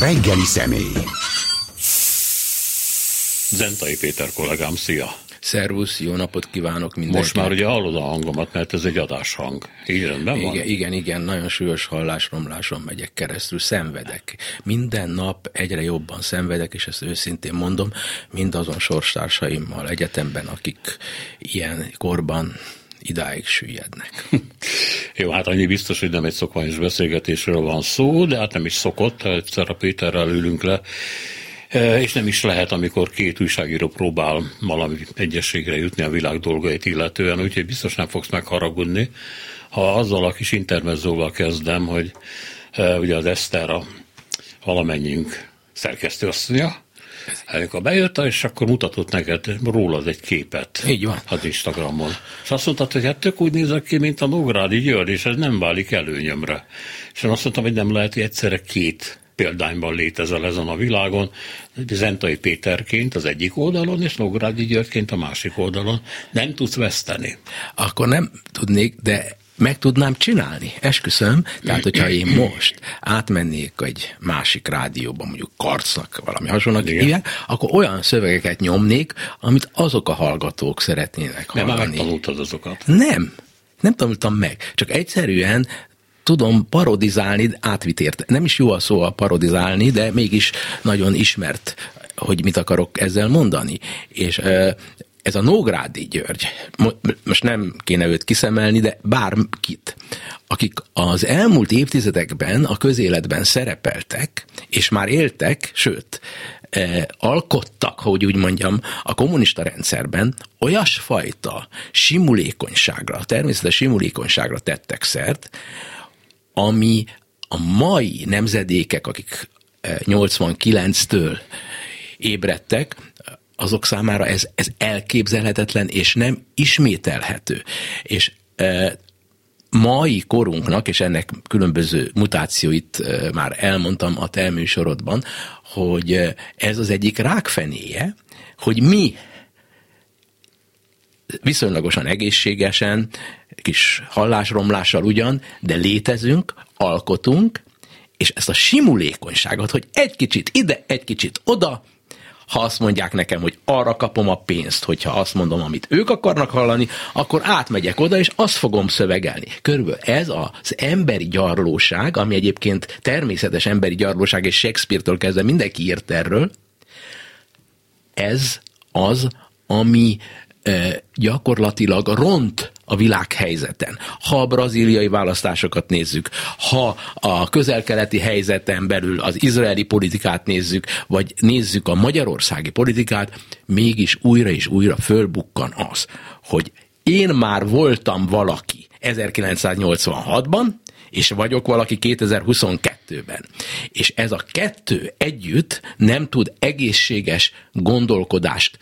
reggeli személy. Zentai Péter kollégám, szia! Szervusz, jó napot kívánok mindenkinek. Most már ugye hallod a hangomat, mert ez egy adáshang. Így rendben van? Igen, nagyon súlyos hallásromláson megyek keresztül, szenvedek. Minden nap egyre jobban szenvedek, és ezt őszintén mondom, mindazon sorstársaimmal egyetemben, akik ilyen korban idáig süllyednek. Jó, hát annyi biztos, hogy nem egy szokványos beszélgetésről van szó, de hát nem is szokott, egyszer a Péterrel ülünk le, és nem is lehet, amikor két újságíró próbál valami egyességre jutni a világ dolgait illetően, úgyhogy biztos nem fogsz megharagudni, ha azzal a kis intermezzóval kezdem, hogy ugye az Eszter a valamennyiünk szerkesztőasszonya, amikor bejött, és akkor mutatott neked rólad egy képet. Így van. Az Instagramon. És azt mondtad, hogy hát tök úgy nézek ki, mint a Nógrádi György, és ez nem válik előnyömre. És én azt mondtam, hogy nem lehet, hogy egyszerre két példányban létezel ezen a világon, Zentai Péterként az egyik oldalon, és Nógrádi Györgyként a másik oldalon. Nem tudsz veszteni. Akkor nem tudnék, de meg tudnám csinálni, esküszöm. Tehát, hogyha én most átmennék egy másik rádióba, mondjuk Karcnak, valami hasonlóan hívják, akkor olyan szövegeket nyomnék, amit azok a hallgatók szeretnének hallani. Nem, megtanultad azokat. Nem tanultam meg. Csak egyszerűen tudom parodizálni, átvitt érte. Nem is jó a szó a parodizálni, de mégis nagyon ismert, hogy mit akarok ezzel mondani. És ez a Nógrádi György, most nem kéne őt kiszemelni, de bárkit, akik az elmúlt évtizedekben a közéletben szerepeltek, és már éltek, sőt, alkottak, hogy úgy mondjam, a kommunista rendszerben olyasfajta simulékonyságra, természetes simulékonyságra tettek szert, ami a mai nemzedékek, akik 89-től ébredtek, azok számára ez elképzelhetetlen, és nem ismételhető. És mai korunknak, és ennek különböző mutációit már elmondtam a te műsorodban, hogy ez az egyik rákfenéje, hogy mi viszonylagosan egészségesen, kis hallásromlással ugyan, de létezünk, alkotunk, és ezt a simulékonyságot, hogy egy kicsit ide, egy kicsit oda, ha azt mondják nekem, hogy arra kapom a pénzt, hogyha azt mondom, amit ők akarnak hallani, akkor átmegyek oda, és azt fogom szövegelni. Körülbelül ez az emberi gyarlóság, ami egyébként természetes emberi gyarlóság, és Shakespeare-től kezdve mindenki írt erről, ez az, ami gyakorlatilag ront a világhelyzeten. Ha a brazíliai választásokat nézzük, ha a közel-keleti helyzeten belül az izraeli politikát nézzük, vagy nézzük a magyarországi politikát, mégis újra és újra fölbukkan az, hogy én már voltam valaki 1986-ban, és vagyok valaki 2022-ben. És ez a kettő együtt nem tud egészséges gondolkodást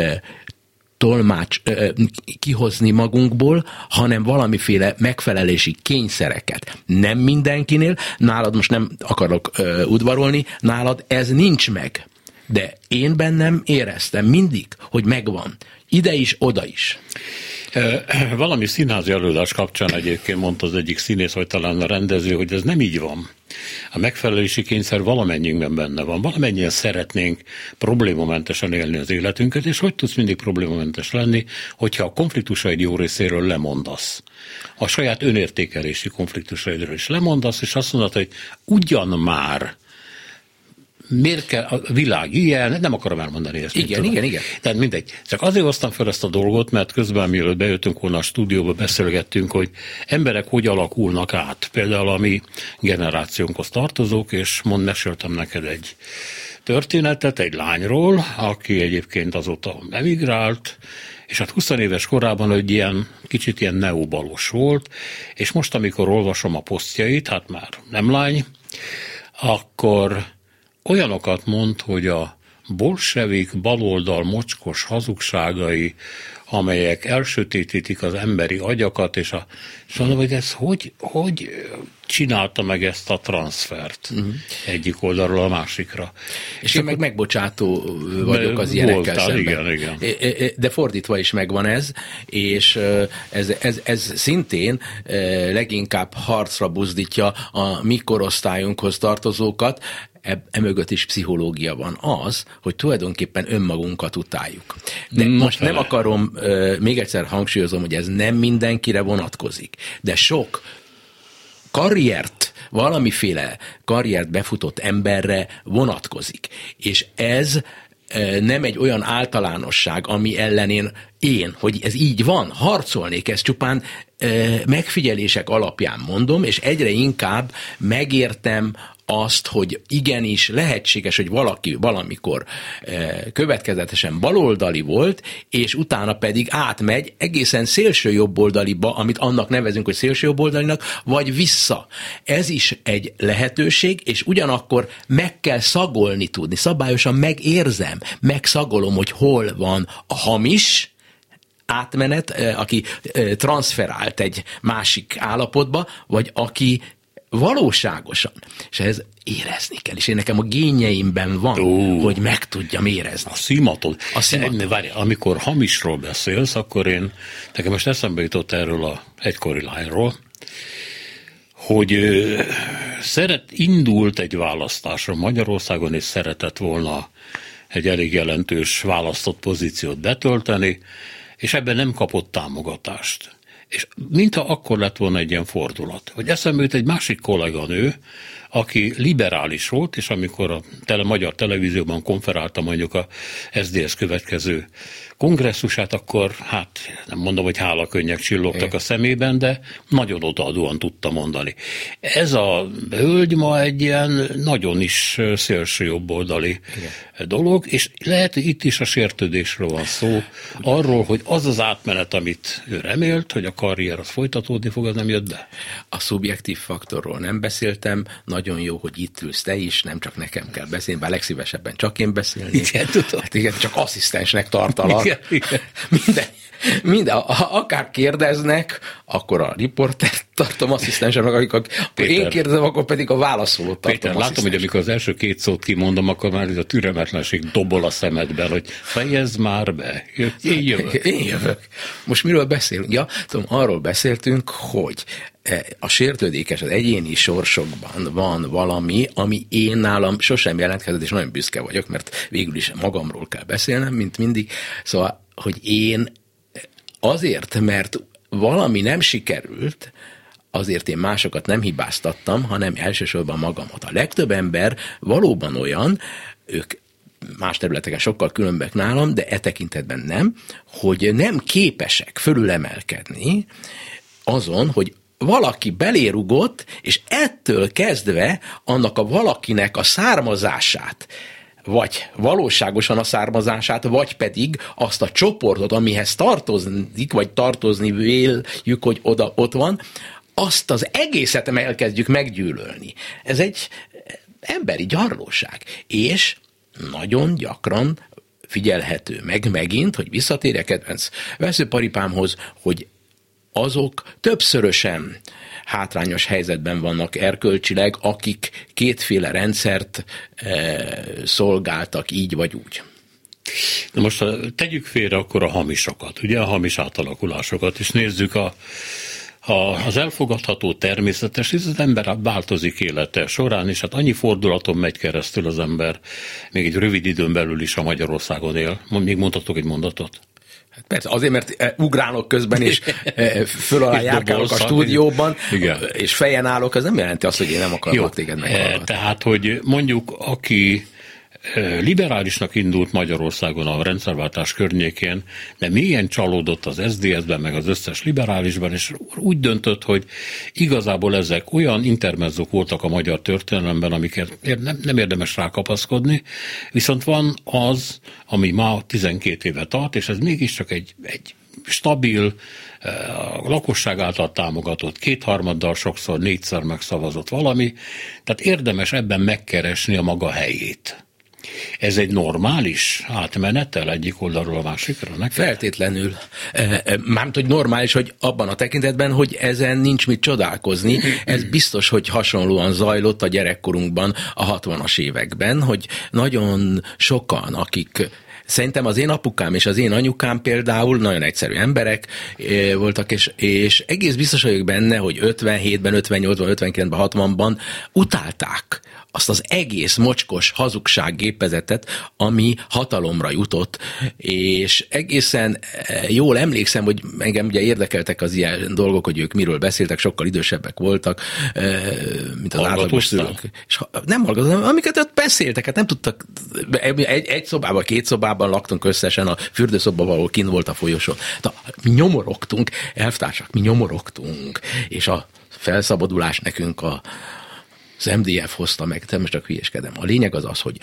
kihozni magunkból, hanem valamiféle megfelelési kényszereket. Nem mindenkinél, nálad most nem akarok udvarolni, nálad ez nincs meg. De én bennem éreztem mindig, hogy megvan. Ide is, oda is. Valami színházi előadás kapcsán egyébként mondta az egyik színész, vagy talán a rendező, hogy ez nem így van. A megfelelési kényszer valamennyiünkben benne van. Valamennyien szeretnénk problémamentesen élni az életünket, és hogy tudsz mindig problémamentes lenni, hogyha a konfliktusaid jó részéről lemondasz. A saját önértékelési konfliktusaidról is lemondasz, és azt mondod, hogy ugyan már miért kell a világ ilyen, nem akarom elmondani ezt. Igen. Tehát mindegy. Csak azért hoztam fel ezt a dolgot, mert közben, mielőtt bejöttünk volna a stúdióba, beszélgettünk, hogy emberek hogy alakulnak át. Például a mi generációnkhoz tartozók, és meséltem neked egy történetet egy lányról, aki egyébként azóta emigrált, és hát 20 éves korában egy ilyen, kicsit ilyen neobalos volt, és most, amikor olvasom a posztjait, hát már nem lány, akkor olyanokat mond, hogy a bolsevik baloldal mocskos hazugságai, amelyek elsötétítik az emberi agyakat, és mondom, hogy ez hogy csinálta meg ezt a transfert egyik oldalról a másikra. És én meg megbocsátó vagyok az ilyenekkel szemben. Igen. De fordítva is megvan ez, és ez szintén leginkább harcra buzdítja a mi korosztályunkhoz tartozókat. emögött is pszichológia van az, hogy tulajdonképpen önmagunkat utáljuk. De most nem akarom, még egyszer hangsúlyozom, hogy ez nem mindenkire vonatkozik, de sok valamiféle karriert befutott emberre vonatkozik. És ez nem egy olyan általánosság, ami ellen én, hogy ez így van, harcolnék, ezt csupán megfigyelések alapján mondom, és egyre inkább megértem azt, hogy igenis lehetséges, hogy valaki valamikor következetesen baloldali volt, és utána pedig átmegy egészen szélső jobboldaliba, amit annak nevezünk, hogy szélső jobboldalinak, vagy vissza. Ez is egy lehetőség, és ugyanakkor meg kell szagolni tudni. Szabályosan megérzem, megszagolom, hogy hol van a hamis átmenet, aki transferált egy másik állapotba, vagy aki valóságosan. És ez érezni kell, és én nekem a génjeimben van, hogy meg tudjam érezni. A szimatod. Várj, amikor hamisról beszélsz, akkor nekem most eszembe jutott erről a egykori lányról, hogy indult egy választásra Magyarországon, és szeretett volna egy elég jelentős választott pozíciót betölteni, és ebben nem kapott támogatást. És mintha akkor lett volna egy ilyen fordulat. Hogy eszembe jut egy másik kolléganő, aki liberális volt, és amikor a magyar televízióban konferálta mondjuk a SZDSZ következő kongresszusát, akkor nem mondom, hogy hálakönnyek csillogtak a szemében, de nagyon odaadóan tudta mondani. Ez a hölgy ma egy ilyen nagyon is szélső jobboldali dolog, és lehet, hogy itt is a sértődésről van szó, arról, hogy az az átmenet, amit ő remélt, hogy a karrier az folytatódni fog, az nem jött be. A szubjektív faktorról nem beszéltem, nagyon jó, hogy itt ülsz te is, nem csak nekem kell beszélni, bár legszívesebben csak én beszélnék. Igen, tudom. Hát igen, csak asszisztensnek tartalak. Minden, ha akár kérdeznek, akkor a riportert tartom asszisztensemnek, amikor én kérdezem, akkor pedig a válaszolót tartom. Péter, látom, hogy amikor az első két szót kimondom, akkor már ez a türelmetlenség dobol a szemedben, hogy fejezd már be. Én jövök. Most miről beszélünk? Ja, tudom, arról beszéltünk, hogy a sértődékes, az egyéni sorsokban van valami, ami én nálam sosem jelentkezett, és nagyon büszke vagyok, mert végül is magamról kell beszélnem, mint mindig. Szóval, hogy én azért, mert valami nem sikerült, azért én másokat nem hibáztattam, hanem elsősorban magamat. A legtöbb ember valóban olyan, ők más területeken sokkal különbek nálam, de e tekintetben nem, hogy nem képesek fölülemelkedni azon, hogy valaki belérugott, és ettől kezdve annak a valakinek a származását, vagy valóságosan a származását, vagy pedig azt a csoportot, amihez tartozik, vagy tartozni véljük, hogy ott van, azt az egészet elkezdjük meggyűlölni. Ez egy emberi gyarlóság. És nagyon gyakran figyelhető meg megint, hogy visszatérjek kedvenc veszőparipámhoz, hogy azok többszörösen hátrányos helyzetben vannak erkölcsileg, akik kétféle rendszert szolgáltak így vagy úgy. Na most tegyük félre akkor a hamisokat, ugye a hamis átalakulásokat, és nézzük az elfogadható természetes, hisz az ember változik élete során, és hát annyi fordulaton megy keresztül az ember, még egy rövid időn belül is a Magyarországon él. Még mondhatok egy mondatot? Hát persze, azért, mert ugrálok közben, és föl alá járkálok a stúdióban, és fejen állok, az nem jelenti azt, hogy én nem akarok téged meghallgatni. Tehát, hogy mondjuk, aki liberálisnak indult Magyarországon a rendszerváltás környékén, de mélyen csalódott az SZDSZ-ben, meg az összes liberálisban, és úgy döntött, hogy igazából ezek olyan intermezzók voltak a magyar történelemben, amiket nem érdemes rákapaszkodni, viszont van az, ami ma 12 éve tart, és ez mégiscsak egy stabil, a lakosság által támogatott, 2/3 sokszor 4-szer megszavazott valami, tehát érdemes ebben megkeresni a maga helyét. Ez egy normális átmenetel egyik oldalról a másikra? Neked? Feltétlenül. Mármint, hogy normális, hogy abban a tekintetben, hogy ezen nincs mit csodálkozni. Ez biztos, hogy hasonlóan zajlott a gyerekkorunkban a 60-as években, hogy nagyon sokan, akik szerintem az én apukám és az én anyukám például nagyon egyszerű emberek voltak, és egész biztos vagyok benne, hogy 57-ben, 58-ban, 59-ben, 60-ban utálták a azt az egész mocskos hazugsággépezetet, ami hatalomra jutott, és egészen jól emlékszem, hogy engem ugye érdekeltek az ilyen dolgok, hogy ők miről beszéltek, sokkal idősebbek voltak, mint az átlagos szülők. És nem hallgatottam, amiket ott beszéltek, hát nem tudtak, egy szobában, 2 szobában laktunk összesen, a fürdőszobában, ahol kint volt a folyosón. Mi nyomorogtunk, elvtársak, mi nyomorogtunk, és a felszabadulás nekünk az MDF hozta meg, nem csak hülyeskedem. A lényeg az, hogy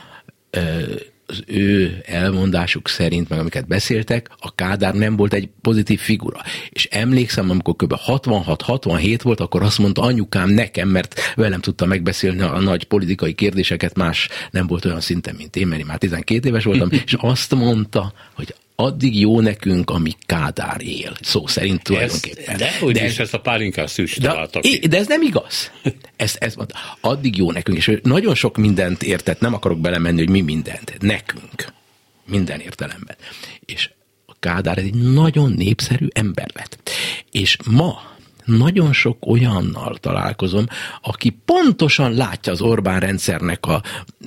az ő elmondásuk szerint, meg amiket beszéltek, a Kádár nem volt egy pozitív figura. És emlékszem, amikor kb. 66-67 volt, akkor azt mondta anyukám nekem, mert velem tudta megbeszélni a nagy politikai kérdéseket, más nem volt olyan szinten, mint én, mert én már 12 éves voltam, és azt mondta, hogy addig jó nekünk, amíg Kádár él. Szó szerint tulajdonképpen. De ezt a pálinkás szűst találtak ki. De ez nem igaz. Ez mondta. Addig jó nekünk, és ő nagyon sok mindent értett, nem akarok belemenni, hogy mi mindent. Nekünk. Minden értelemben. És a Kádár egy nagyon népszerű ember lett. És ma nagyon sok olyannal találkozom, aki pontosan látja az Orbán rendszernek a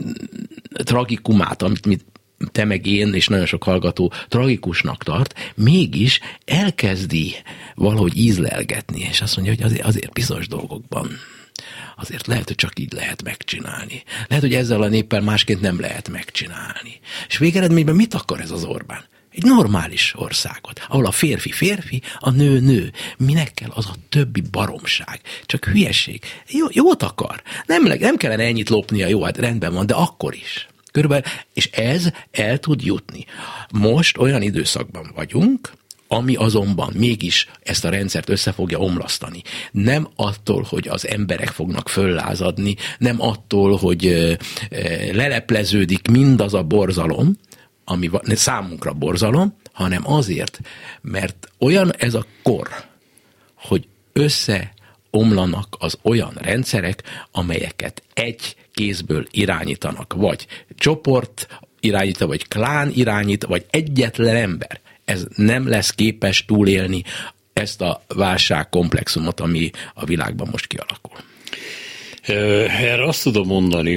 tragikumát, amit te meg én, és nagyon sok hallgató tragikusnak tart, mégis elkezdi valahogy ízlelgetni, és azt mondja, hogy azért bizonyos dolgokban azért lehet, hogy csak így lehet megcsinálni. Lehet, hogy ezzel a néppel másként nem lehet megcsinálni. És végeredményben mit akar ez az Orbán? Egy normális országot, ahol a férfi, a nő. Minek kell az a többi baromság? Csak hülyeség. Jót akar. Nem kellene ennyit lopnia, jó, hát rendben van, de akkor is. Körülbelül, és ez el tud jutni. Most olyan időszakban vagyunk, ami azonban mégis ezt a rendszert össze fogja omlasztani. Nem attól, hogy az emberek fognak föllázadni, nem attól, hogy lelepleződik mindaz a borzalom, ami számunkra borzalom, hanem azért, mert olyan ez a kor, hogy összeomlanak az olyan rendszerek, amelyeket egy kézből irányítanak, vagy csoport irányítja, vagy klán irányít, vagy egyetlen ember. Ez nem lesz képes túlélni ezt a válságkomplexumot, ami a világban most kialakul. Erre azt tudom mondani,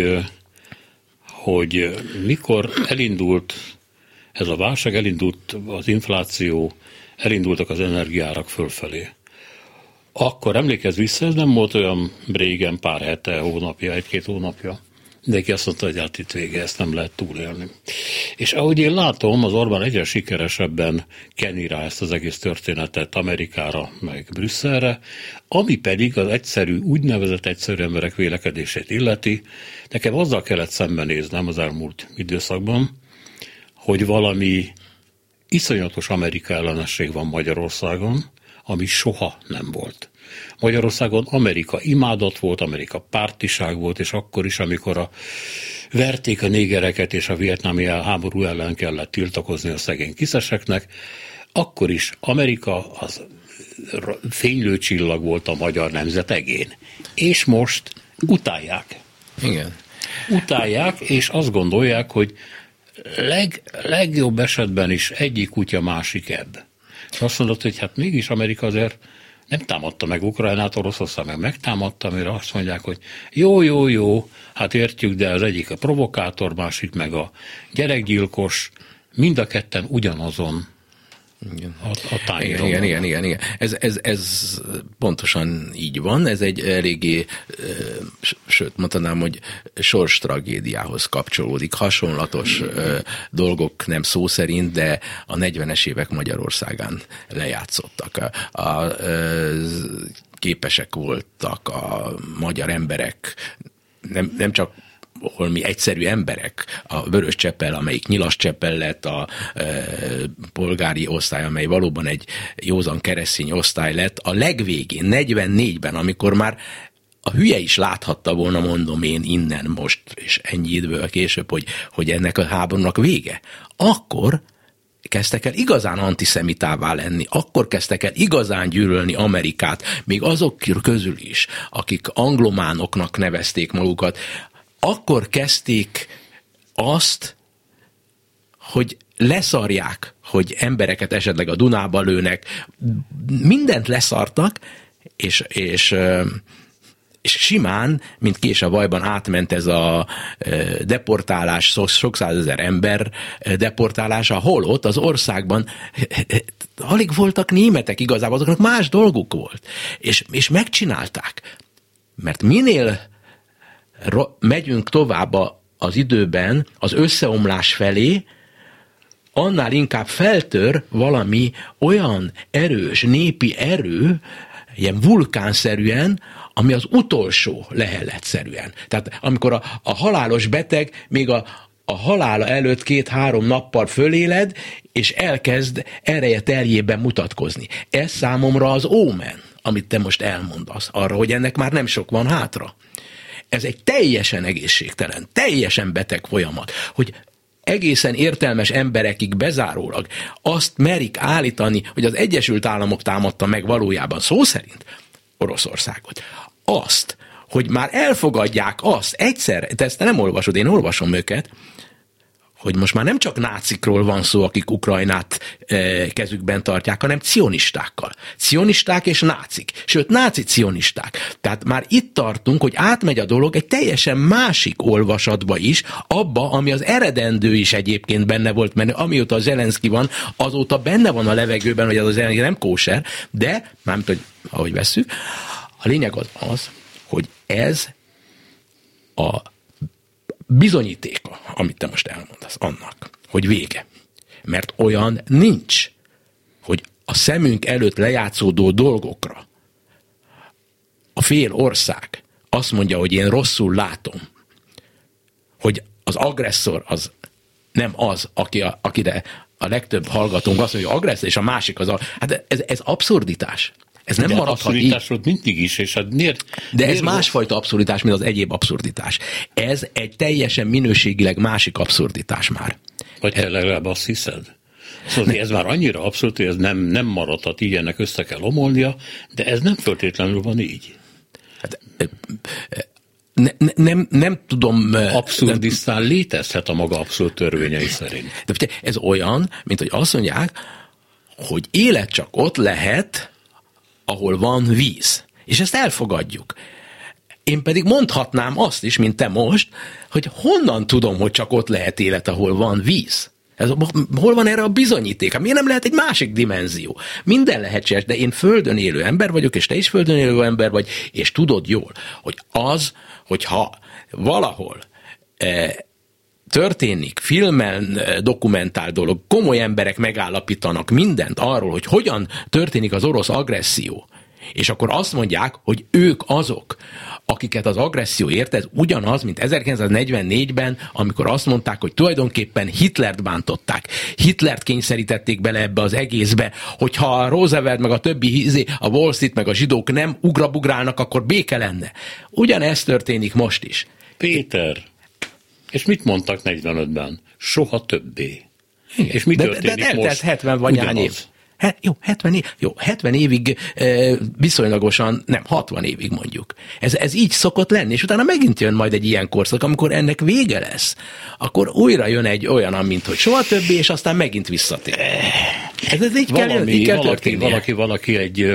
hogy mikor elindult ez a válság, elindult az infláció, elindultak az energiárak fölfelé. Akkor emlékezz vissza, ez nem volt olyan régen, pár hete, hónapja, 1-2 hónapja. Mindenki azt mondta, hogy hát itt vége, ezt nem lehet túlélni. És ahogy én látom, az Orbán egyre sikeresebben keni rá ezt az egész történetet Amerikára, meg Brüsszelre, ami pedig az úgynevezett egyszerű emberek vélekedését illeti. Nekem azzal kellett szembenéznem az elmúlt időszakban, hogy valami iszonyatos Amerika ellenesség van Magyarországon, ami soha nem volt. Magyarországon Amerika imádat volt, Amerika pártiság volt, és akkor is, amikor verték a négereket, és a vietnámi háború ellen kellett tiltakozni a szegény kiszeseknek, akkor is Amerika az fénylő csillag volt a magyar nemzet egén. És most utálják. Igen. Utálják, és azt gondolják, hogy legjobb esetben is egyik kutya másik ebb. És azt mondod, hogy hát mégis Amerika azért nem támadta meg Ukrajnát, Oroszország meg megtámadta, amire azt mondják, hogy jó, hát értjük, de az egyik a provokátor, másik meg a gyerekgyilkos, mind a ketten ugyanazon a tájéron. Igen. Ez pontosan így van, ez egy eléggé, sőt, mondanám, hogy sors tragédiához kapcsolódik. Hasonlatos dolgok nem szó szerint, de a 40-es évek Magyarországán lejátszottak. Képesek voltak a magyar emberek, nem csak holmi egyszerű emberek, a Vöröscseppel, amelyik Nyilascseppel lett, a polgári osztály, amely valóban egy józan keresztény osztály lett, a legvégén, 44-ben, amikor már a hülye is láthatta volna, mondom én innen most, és ennyi idővel később, hogy ennek a háborúnak vége, akkor kezdtek el igazán antiszemitává lenni, akkor kezdtek el igazán gyűlölni Amerikát, még azok közül is, akik anglománoknak nevezték magukat, akkor kezdték azt, hogy leszarják, hogy embereket esetleg a Dunába lőnek, mindent leszartak, és és simán, mint kés a vajban átment ez a deportálás, sok százezer ember deportálása, hol ott az országban alig voltak németek igazából, azoknak más dolguk volt. És megcsinálták. Mert minél megyünk tovább az időben az összeomlás felé, annál inkább feltör valami olyan erős népi erő, ilyen vulkánszerűen, ami az utolsó leheletszerűen. Tehát amikor a halálos beteg még a halála előtt 2-3 nappal föléled, és elkezd ereje teljében mutatkozni. Ez számomra az ómen, amit te most elmondasz, arra, hogy ennek már nem sok van hátra. Ez egy teljesen egészségtelen, teljesen beteg folyamat, hogy egészen értelmes emberekig bezárólag azt merik állítani, hogy az Egyesült Államok támadta meg valójában szó szerint Oroszországot. Azt, hogy már elfogadják azt egyszer, te ezt nem olvasod, én olvasom őket, hogy most már nem csak nácikról van szó, akik Ukrajnát kezükben tartják, hanem cionistákkal. Cionisták és nácik. Sőt, náci cionisták. Tehát már itt tartunk, hogy átmegy a dolog egy teljesen másik olvasatba is, abba, ami az eredendő is egyébként benne volt, mert amióta a Zelenszky van, azóta benne van a levegőben, hogy az a Zelenszky nem kóser, de, mármint, hogy ahogy vesszük, a lényeg az, hogy ez a bizonyítéka, amit te most elmondasz, annak, hogy vége. Mert olyan nincs, hogy a szemünk előtt lejátszódó dolgokra a fél ország azt mondja, hogy én rosszul látom, hogy az agresszor az nem az, akire a legtöbb hallgatónk azt mondja, hogy agresszor, és a másik az hát ez abszurditás. Ez nem maradhat így. Abszurditás mindig is, és hát miért? De ez másfajta abszurditás, mint az egyéb abszurditás. Ez egy teljesen minőségileg másik abszurditás már. Vagy te legalább azt hiszed? Szóval ez már annyira abszurd, hogy ez nem maradhat így, ennek össze kell omolnia, de ez nem feltétlenül van így. Hát, nem tudom... Abszurdisztán létezhet a maga abszurd törvényei szerint. De ez olyan, mint hogy azt mondják, hogy élet csak ott lehet, ahol van víz. És ezt elfogadjuk. Én pedig mondhatnám azt is, mint te most, hogy honnan tudom, hogy csak ott lehet élet, ahol van víz. Hol van erre a bizonyíték? Miért nem lehet egy másik dimenzió? Minden lehetséges, de én földön élő ember vagyok, és te is földön élő ember vagy, és tudod jól, hogy az, hogyha valahol történik, filmen dokumentál dolog, komoly emberek megállapítanak mindent arról, hogy hogyan történik az orosz agresszió, és akkor azt mondják, hogy ők azok, akiket az agresszió ért, ez ugyanaz, mint 1944-ben, amikor azt mondták, hogy tulajdonképpen Hitlert bántották. Hitlert kényszerítették bele ebbe az egészbe, hogyha a Roosevelt meg a többi, a Wall Street meg a zsidók nem ugrabugrálnak, akkor béke lenne. Ugyanezt történik most is. Péter, és mit mondtak 45-ben? Soha többé. Igen. És mi történik most? 70 vagyány év. 70 évig viszonylagosan, nem, 60 évig mondjuk. Ez így szokott lenni, és utána megint jön majd egy ilyen korszak, amikor ennek vége lesz. Akkor újra jön egy olyan, mint hogy soha többé, és aztán megint visszatér. Ez így kell történni. Valaki egy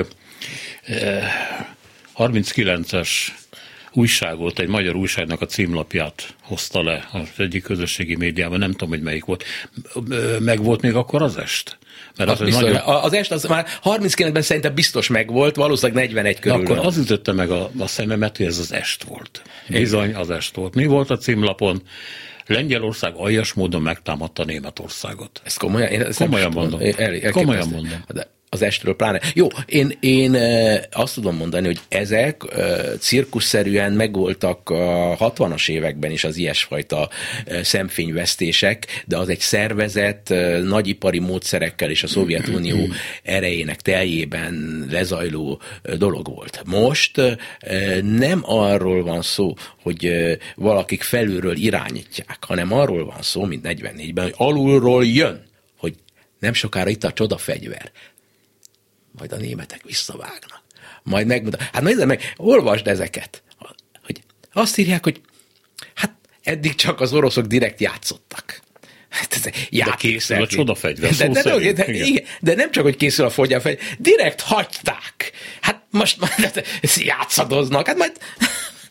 39-es újságot, egy magyar újságnak a címlapját hozta le az egyik közösségi médiában, nem tudom, hogy melyik volt. Meg volt még akkor az est? Mert az est az már 39-ben szerintem biztos megvolt, valószínűleg 41 körül. Akkor az ütötte meg a szememet, hogy ez az est volt. Bizony, az est volt. Mi volt a címlapon? Lengyelország aljas módon megtámadta Németországot. Ez komolyan? Komolyan mondom. Komolyan mondom. Az estről pláne. Jó, én azt tudom mondani, hogy ezek cirkuszerűen megvoltak a 60-as években is az ilyesfajta szemfényvesztések, de az egy szervezett, nagyipari módszerekkel és a Szovjetunió erejének teljében lezajló dolog volt. Most nem arról van szó, hogy valakik felülről irányítják, hanem arról van szó, mint 44-ben, hogy alulról jön, hogy nem sokára itt a csodafegyver. Majd a németek visszavágnak. Majd megmutat. Hát nézd meg, olvasd ezeket. Hogy azt írják, hogy hát eddig csak az oroszok direkt játszottak. Hát készül a csodafegyver. De nem csak, hogy készül a csodafegyver, direkt hagyták. Hát most játszadoznak. Hát majd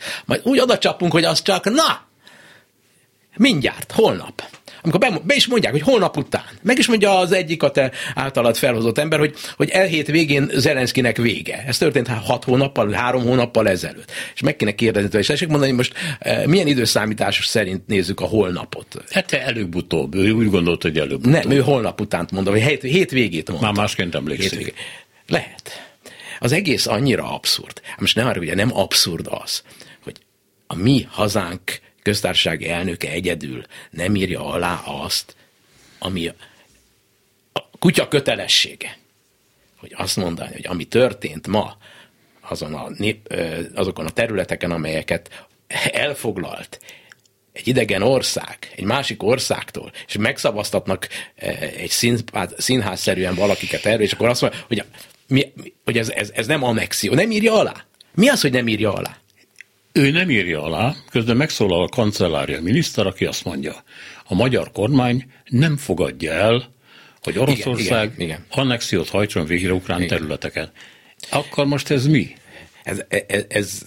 Majd úgy oda csapunk, hogy az csak, mindjárt, holnap. Amikor be is mondják, hogy holnap után. Meg is mondja az egyik a te általad felhozott ember, hogy hét végén Zelenszkinek vége. Ez történt 6 hónappal, 3 hónappal ezelőtt. És meg kéne kérdezni, és tessék mondani, most milyen időszámítás szerint nézzük a holnapot. Hát előbb-utóbb. Ő úgy gondolt, hogy előbb-utóbb. Nem, ő holnap utánt mondta, vagy hét végét mondta. Már másként emlékszik. Lehet. Az egész annyira abszurd. Most nem arra, ugye nem abszurd az, hogy a mi hazánk köztársasági elnöke egyedül nem írja alá azt, ami a kutya kötelessége. Hogy azt mondani, hogy ami történt ma azokon a területeken, amelyeket elfoglalt egy idegen ország, egy másik országtól, és megszavaztatnak egy színházszerűen valakiket erről, és akkor azt mondja, hogy ez nem annexió. Nem írja alá. Mi az, hogy nem írja alá? Ő nem írja alá, közben megszólal a kancellária miniszter, aki azt mondja, a magyar kormány nem fogadja el, hogy Oroszország igen. Annexiót hajtson végre ukrán területeken. Akkor most ez mi? Ez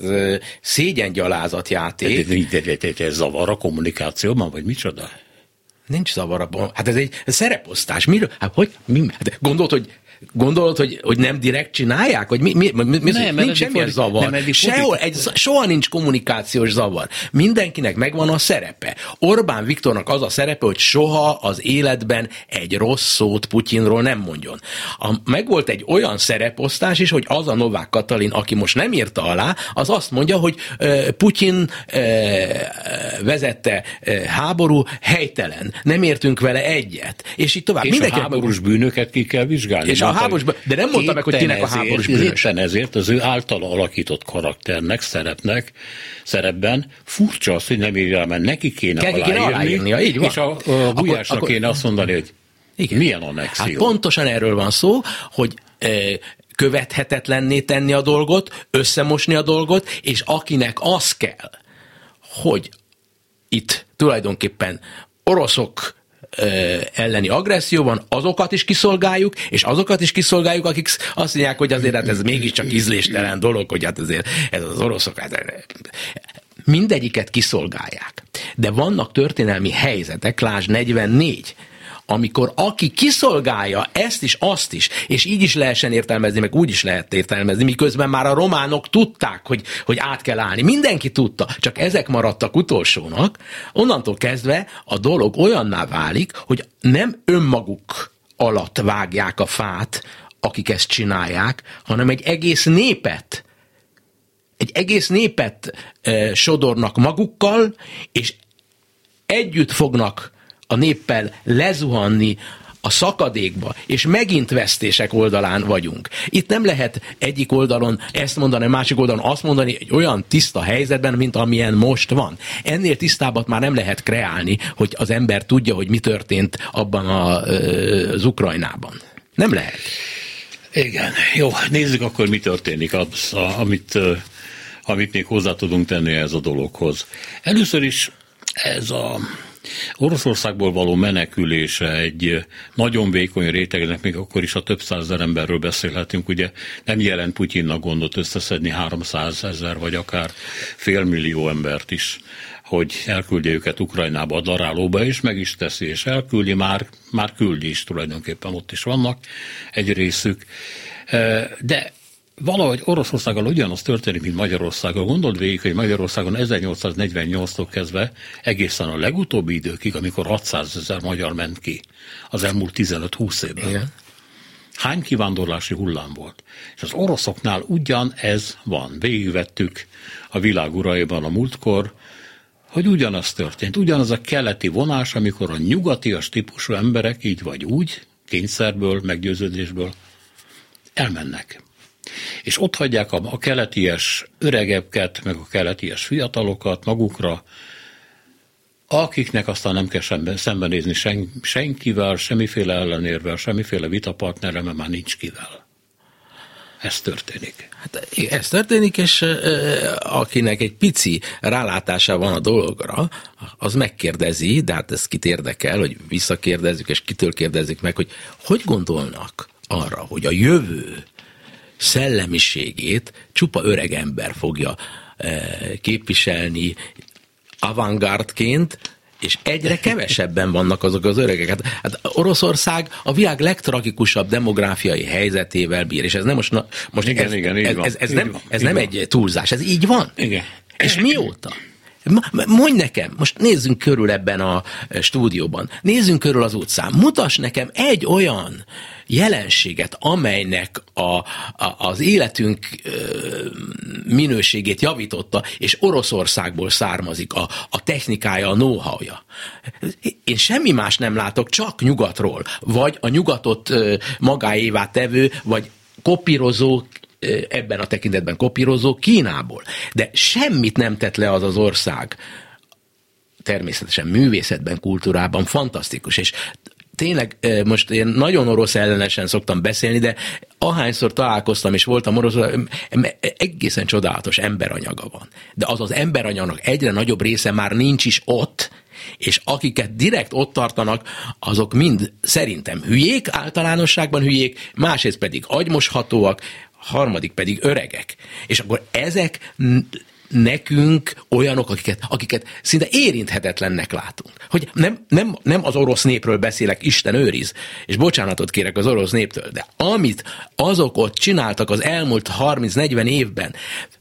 szégyengyalázatjáték. Ez zavar a kommunikációban, vagy micsoda? Nincs zavar abban. Hát ez egy szereposztás. Miről? Hát hogy? Gondolod, hogy nem direkt csinálják? Hogy nincs semmilyen zavar. Soha nincs kommunikációs zavar. Mindenkinek megvan a szerepe. Orbán Viktornak az a szerepe, hogy soha az életben egy rossz szót Putyinról nem mondjon. Megvolt egy olyan szereposztás is, hogy az a Novák Katalin, aki most nem írta alá, az azt mondja, hogy Putyin vezette háború helytelen. Nem értünk vele egyet. És így tovább. És a háborús bűnöket ki kell vizsgálni. És a háborús, de nem mondta meg, hogy kinek a háborús bűnös. Éppen ezért az ő általa alakított karakternek, szerepben furcsa az, hogy nem írja, mert neki kéne aláírnia, így van. És a Gulyásnak kéne azt mondani, hogy igen. Milyen annexió. Hát pontosan erről van szó, hogy követhetetlenné tenni a dolgot, összemosni a dolgot, és akinek az kell, hogy itt tulajdonképpen oroszok elleni agresszióban, azokat is kiszolgáljuk, és azokat is kiszolgáljuk, akik azt mondják, hogy azért hát ez mégiscsak ízléstelen dolog, hogy hát azért ez az oroszok, hát mindegyiket kiszolgálják. De vannak történelmi helyzetek, lásd 44, amikor aki kiszolgálja ezt is, azt is, és így is lehessen értelmezni, meg úgy is lehet értelmezni, miközben már a románok tudták, hogy át kell állni. Mindenki tudta, csak ezek maradtak utolsónak. Onnantól kezdve a dolog olyanná válik, hogy nem önmaguk alatt vágják a fát, akik ezt csinálják, hanem egy egész népet sodornak magukkal, és együtt fognak a néppel lezuhanni a szakadékba, és megint vesztések oldalán vagyunk. Itt nem lehet egyik oldalon ezt mondani, másik oldalon azt mondani egy olyan tiszta helyzetben, mint amilyen most van. Ennél tisztábbat már nem lehet kreálni, hogy az ember tudja, hogy mi történt abban az Ukrajnában. Nem lehet. Igen. Jó, nézzük akkor, mi történik, amit még hozzá tudunk tenni ez a dologhoz. Először is ez a Oroszországból való menekülése egy nagyon vékony rétegnek, még akkor is a több százezer emberről beszélhetünk, ugye nem jelent Putyinnak gondot összeszedni 300 000 vagy akár 500 000 embert is, hogy elküldje őket Ukrajnába a darálóba, és meg is teszi, és elküldi, már küldi is tulajdonképpen, ott is vannak egy részük. De valahogy Oroszországgal ugyanaz történik, mint Magyarországgal. Gondold végig, hogy Magyarországon 1848-tól kezdve egészen a legutóbbi időkig, amikor 600 000 magyar ment ki az elmúlt 15-20 évben. Igen. Hány kivándorlási hullám volt? És az oroszoknál ugyanez van. Végigvettük a világ uraiban a múltkor, hogy ugyanaz történt. Ugyanaz a keleti vonás, amikor a nyugatias típusú emberek így vagy úgy, kényszerből, meggyőződésből elmennek. És ott hagyják a keleties öregebbket, meg a keleties fiatalokat magukra, akiknek aztán nem kell szembenézni senkivel, semmiféle ellenérvel, semmiféle vitapartnerrel, mert már nincs kivel. Ez történik. Hát ez történik, és akinek egy pici rálátása van a dologra, az megkérdezi, de hát ez kit érdekel, hogy visszakérdezzük, és kitől kérdezzük meg, hogy gondolnak arra, hogy a jövő szellemiségét csupa öreg ember fogja képviselni avantgárdként, és egyre kevesebben vannak azok az öregek. Hát Oroszország a világ legtragikusabb demográfiai helyzetével bír, és ez nem most ez nem egy túlzás, ez így van. Igen. És mióta? Mondj nekem, most nézzünk körül ebben a stúdióban, nézzünk körül az utcán, mutass nekem egy olyan jelenséget, amelynek az életünk minőségét javította, és Oroszországból származik a technikája, a know-howja. Én semmi más nem látok, csak nyugatról, vagy a nyugatot magáévá tevő, vagy kopírozó, ebben a tekintetben kopírozó Kínából. De semmit nem tett le az ország. Természetesen művészetben, kultúrában fantasztikus, és tényleg most én nagyon orosz ellenesen szoktam beszélni, de ahányszor találkoztam és voltam orosz, egészen csodálatos emberanyaga van. De az emberanyagnak egyre nagyobb része már nincs is ott, és akiket direkt ott tartanak, azok mind szerintem hülyék, általánosságban hülyék, másrészt pedig agymoshatóak, harmadik pedig öregek. És akkor ezek nekünk olyanok, akiket szinte érinthetetlennek látunk. Hogy nem az orosz népről beszélek, Isten őriz, és bocsánatot kérek az orosz néptől, de amit azok ott csináltak az elmúlt 30-40 évben,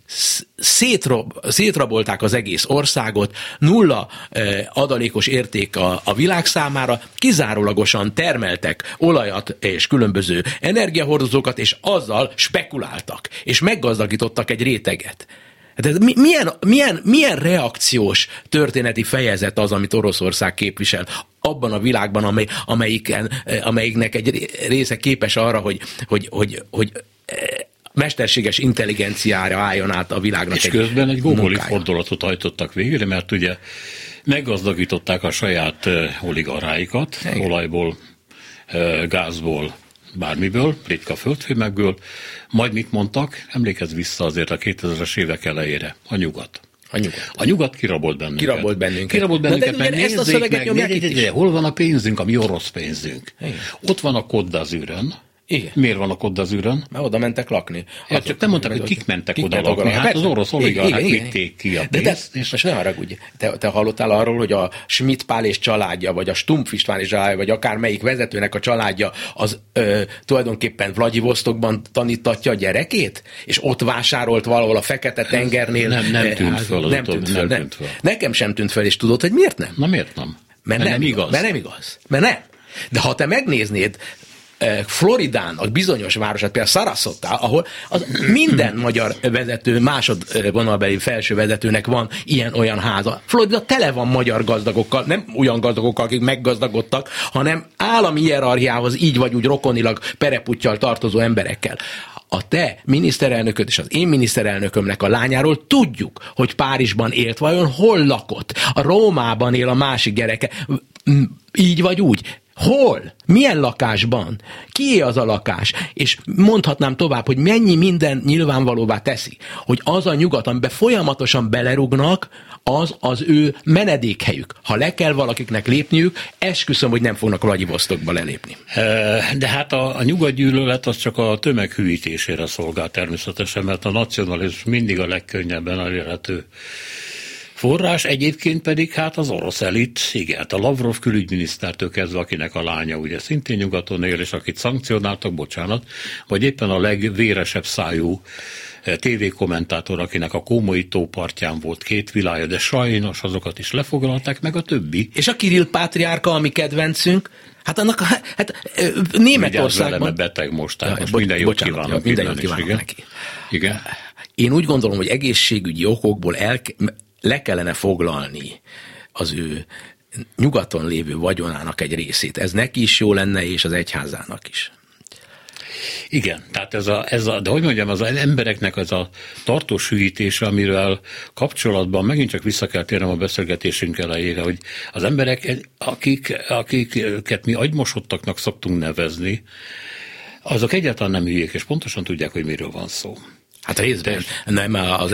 szétrabolták az egész országot, 0 adalékos érték a világ számára, kizárólagosan termeltek olajat és különböző energiahordozókat, és azzal spekuláltak, és meggazdagítottak egy réteget. Hát ez milyen reakciós történeti fejezet az, amit Oroszország képvisel abban a világban, amelyiknek egy része képes arra, hogy mesterséges intelligenciára álljon át a világnak. És közben egy gomoli fordulatot hajtottak végre, mert ugye meggazdagították a saját oligarcháikat, olajból, gázból, bármiből, ritka földfémekből, majd mit mondtak? Emlékezz vissza azért a 2000-es évek elejére. A nyugat. A nyugat kirabolt bennünket. Mert nézzék meg, hol van a pénzünk, a mi orosz pénzünk. Igen. Ott van a Côte d'Azurön. Igen. Miért van a Côte d'Azurön? Mert oda mentek lakni. Csak nem mondták, hogy kik mentek oda lakni. Hát az orosz oligarchák vitték ki a pénzt. De most ne haragudj. Te hallottál arról, hogy a Schmidt Pál és családja, vagy a Stumpf István és családja, vagy akármelyik vezetőnek a családja, az tulajdonképpen Vladivostokban tanítatja a gyerekét? És ott vásárolt valahol a Fekete-tengernél. Nem tűnt föl. Nekem sem tűnt föl, és tudod, hogy miért nem? Na miért nem? Mert nem igaz. Mert nem. De ha te megnéznéd Floridának bizonyos városát, például Sarasota, ahol minden magyar vezető, másodvonalbeli felső vezetőnek van ilyen-olyan háza. Florida tele van magyar gazdagokkal, nem olyan gazdagokkal, akik meggazdagodtak, hanem állami hierarchiához így vagy úgy rokonilag pereputtyal tartozó emberekkel. A te miniszterelnököd és az én miniszterelnökömnek a lányáról tudjuk, hogy Párizsban élt, vajon hol lakott? A Rómában él a másik gyereke. Így vagy úgy. Hol? Milyen lakásban? Kié az a lakás? És mondhatnám tovább, hogy mennyi minden nyilvánvalóvá teszi, hogy az a nyugat, amiben folyamatosan belerugnak, az ő menedékhelyük. Ha le kell valakiknek lépniük, esküszöm, hogy nem fognak Vladivostokba lelépni. De hát a nyugatgyűlölet az csak a tömeghűítésére szolgál természetesen, mert a nacionalizmus mindig a legkönnyebben elérhető forrás, egyébként pedig hát az orosz elit, igen, a Lavrov külügyminisztertől kezdve, akinek a lánya ugye szintén nyugaton él, és akit szankcionáltak, bocsánat, vagy éppen a legvéresebb szájú tévékommentátor, akinek a Kómoi tó partján volt 2 vilája, de sajnos azokat is lefoglalták, meg a többi. És a Kirill pátriárka, ami kedvencünk, hát annak Németországban... beteg most, tehát most minden jót kívánok neki. Igen. Én úgy gondolom, hogy egészségügyi okokból le kellene foglalni az ő nyugaton lévő vagyonának egy részét. Ez neki is jó lenne, és az egyházának is. Igen, tehát de hogy mondjam, az embereknek az a tartós hűítése, amivel kapcsolatban megint csak vissza kell térnem a beszélgetésünk elejére, hogy az emberek, akiket mi agymosottaknak szoktunk nevezni, azok egyáltalán nem hülyék, és pontosan tudják, hogy miről van szó. Hát részben nem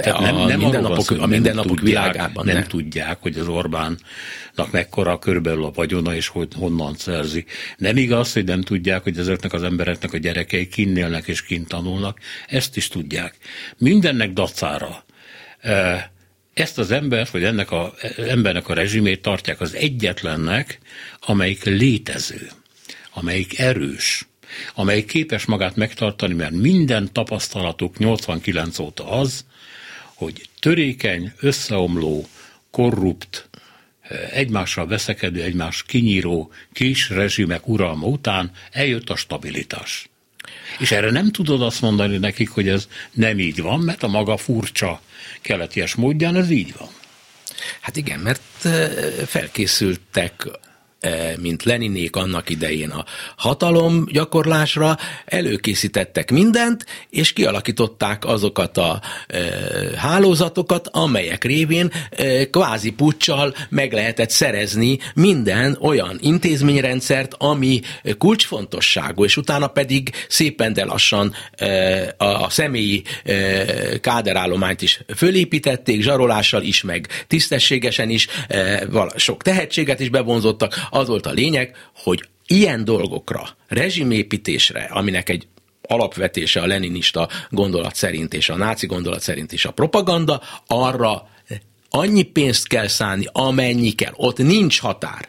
a mindennapok világában. Nem tudják, hogy az Orbánnak mekkora körülbelül a vagyona, és hogy honnan szerzi. Nem igaz, hogy nem tudják, hogy ezeknek az embereknek a gyerekei kinn élnek és kint tanulnak. Ezt is tudják. Mindennek dacára ezt az embert, vagy ennek az embernek a rezsimét tartják az egyetlennek, amelyik létező, amelyik erős, amelyik képes magát megtartani, mert minden tapasztalatuk 89 óta az, hogy törékeny, összeomló, korrupt, egymással veszekedő, egymást kinyíró kis rezsimek uralma után eljött a stabilitás. És erre nem tudod azt mondani nekik, hogy ez nem így van, mert a maga furcsa keleties módján ez így van. Hát igen, mert felkészültek, mint Leninék annak idején a hatalom gyakorlásra, előkészítettek mindent, és kialakították azokat a hálózatokat, amelyek révén kvázi puccsal meg lehetett szerezni minden olyan intézményrendszert, ami kulcsfontosságú, és utána pedig szépen, de lassan a személyi káderállományt is fölépítették, zsarolással is, meg tisztességesen is, sok tehetséget is bevonzottak. Az volt a lényeg, hogy ilyen dolgokra, rezsimépítésre, aminek egy alapvetése a leninista gondolat szerint és a náci gondolat szerint is a propaganda, arra annyi pénzt kell szánni, amennyi kell. Ott nincs határ.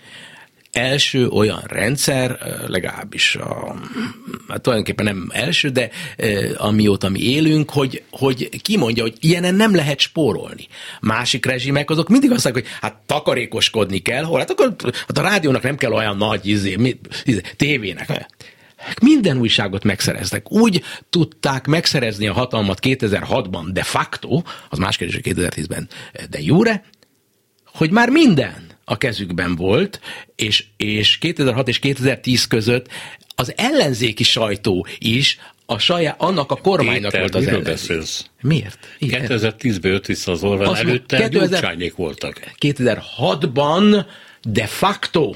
Első olyan rendszer, legalábbis hát tulajdonképpen nem első, de amióta mi élünk, hogy kimondja, hogy ilyenen nem lehet spórolni. Másik rezsimek azok mindig azt mondják, hogy hát takarékoskodni kell, hát akkor hát a rádiónak nem kell olyan nagy tévének. Minden újságot megszereztek. Úgy tudták megszerezni a hatalmat 2006-ban de facto, az más kérdés, 2010-ben de jure, hogy már minden a kezükben volt, és 2006 és 2010 között az ellenzéki sajtó is annak a kormánynak volt az ellenzék. Miért? 2010-ben jött vissza az Orbán, előtte Gyurcsányék voltak. 2006-ban de facto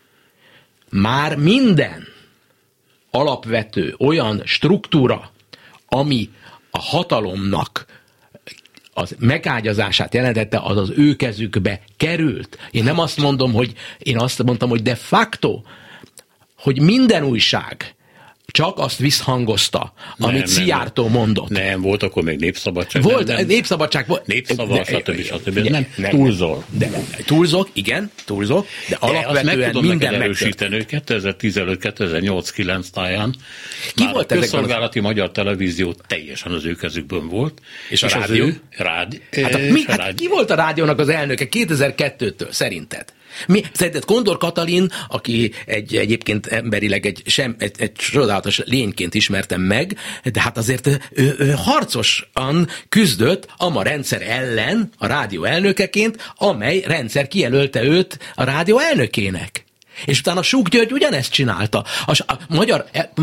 már minden alapvető olyan struktúra, ami a hatalomnak az megágyazását jelentette, az az ő kezükbe került. Én azt mondtam, hogy de facto, hogy minden újság csak azt visszhangozta, amit Szijjártó mondott. Nem, volt akkor még népszabadság. Volt, népszabadság volt. Népszava, stb. Nem, túlzol. Túlzok, de alapvetően minden megerősíteni, 2015-2008-9 táján már a közszolgálati magyar televízió teljesen az ő kezükbön volt. És a rádió? Ki volt a rádiónak az elnöke 2002-től szerinted? Szerinted Kondor Katalin, aki egyébként emberileg egy csodálatos lényként ismertem meg, de hát azért ő harcosan küzdött a rendszer ellen a rádió elnökeként, amely rendszer kijelölte őt a rádió elnökének. És utána Súk György ugyanezt csinálta. A magyar,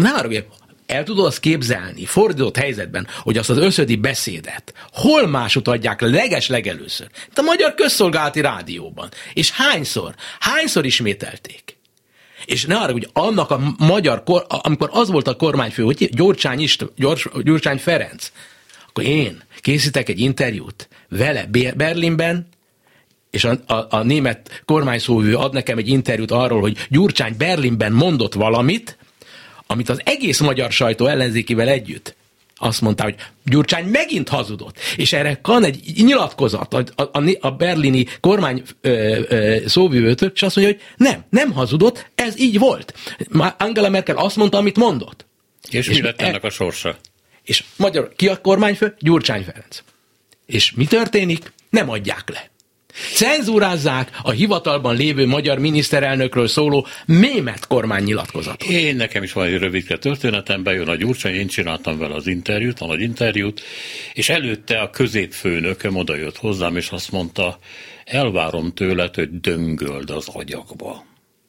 el tudod azt képzelni, fordított helyzetben, hogy azt az összödi beszédet hol másút adják legelőször? A Magyar Közszolgálati Rádióban. És hányszor ismételték? És ne arra, hogy annak a amikor az volt a kormányfő, hogy Gyurcsány Ferenc, akkor én készítek egy interjút vele Berlinben, és a német kormányszóvivő ad nekem egy interjút arról, hogy Gyurcsány Berlinben mondott valamit, amit az egész magyar sajtó ellenzékivel együtt azt mondta, hogy Gyurcsány megint hazudott. És erre kan egy nyilatkozat a berlini kormány szóvivőtől, és azt mondja, hogy nem hazudott, ez így volt. Angela Merkel azt mondta, amit mondott. És mi lett ennek a sorsa? És ki a kormányfő? Gyurcsány Ferenc. És mi történik? Nem adják le. Cenzúrázzák a hivatalban lévő magyar miniszterelnökről szóló német kormánynyilatkozatot. Nekem is van egy rövidke történetem, bejön a Gyurcsány, én csináltam vele az interjút, a nagy interjút, és előtte a középfőnököm oda jött hozzám, és azt mondta, elvárom tőled, hogy döngöld az agyakba.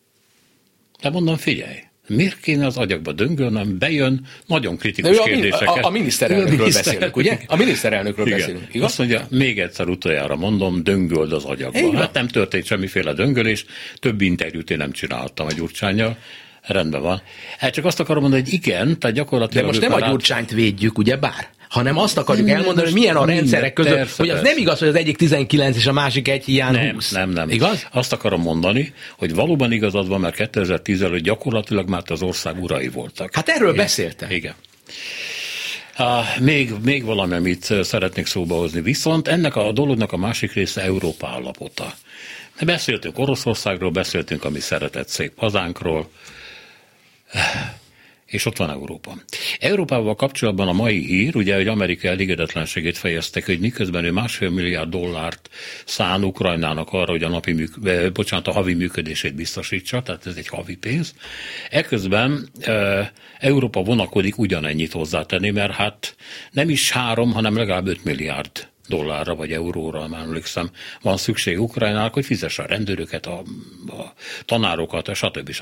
De mondom, figyelj, miért kéne az agyakba döngölnem? Bejön nagyon kritikus kérdéseket. A miniszterelnökről beszélünk, ugye? A miniszterelnökről beszélünk, igaz? Azt mondja, még egyszer utoljára mondom, döngöld az agyakba. Hát nem történt semmiféle döngölés, több interjút én nem csináltam a Gyurcsánnyal. Rendben van. Hát csak azt akarom mondani, hogy igen, tehát gyakorlatilag... De most nem a Gyurcsányt védjük, ugye bár? Hanem azt akarjuk elmondani, hogy milyen a rendszerek között, persze, hogy az nem igaz, hogy az egyik 19 és a másik egy hiány 20. Nem. Igaz? Azt akarom mondani, hogy valóban igazad van, mert 2010 előtt gyakorlatilag már az ország urai voltak. Hát erről beszéltem. Igen. Még valami, amit szeretnék szóba hozni. Viszont ennek a dolognak a másik része Európa állapota. Beszéltünk Oroszországról, beszéltünk a mi szeretett szép hazánkról, és ott van Európa. Európával kapcsolatban a mai hír, ugye, hogy Amerika elégedetlenségét fejeztek, hogy miközben ő $1,5 milliárd szán Ukrajnának arra, hogy a havi működését biztosítsa, tehát ez egy havi pénz. Eközben Európa vonakodik ugyanennyit hozzátenni, mert hát nem is 3, hanem legalább $5 milliárd vagy euróra, már emlékszem, van szükség Ukrajnának, hogy fizesse a rendőröket, a tanárokat, stb.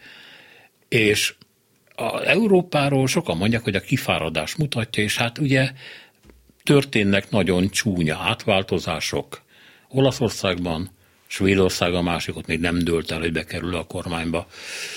És az Európáról sokan mondják, hogy a kifáradás mutatja, és hát ugye történnek nagyon csúnya átváltozások Olaszországban, Svédország a másik, ott még nem dőlt el, hogy bekerül a kormányba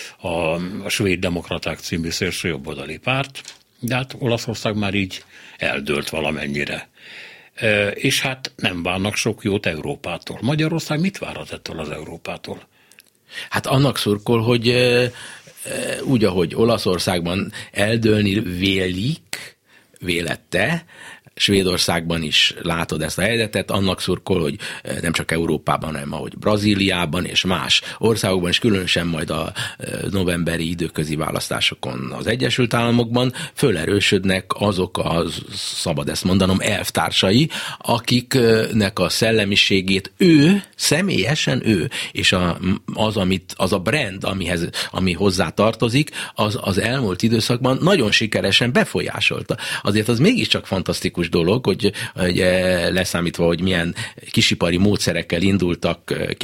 a Svéd Demokraták című szélsőjobboldali párt, de hát Olaszország már így eldőlt valamennyire. És hát nem várnak sok jót Európától. Magyarország mit várhat ettől az Európától? Hát annak szurkol, hogy úgy, ahogy Olaszországban eldőlni vélette, Svédországban is látod ezt a helyzetet, annak szurkol, hogy nem csak Európában, hanem ahogy Brazíliában és más országokban, és különösen majd a novemberi időközi választásokon az Egyesült Államokban fölerősödnek azok szabad ezt mondanom, elvtársai, akiknek a szellemiségét személyesen ő, és az a brand, ami hozzá tartozik, az elmúlt időszakban nagyon sikeresen befolyásolta. Azért az mégiscsak fantasztikus dolog, hogy leszámítva, hogy milyen kisipari módszerekkel indultak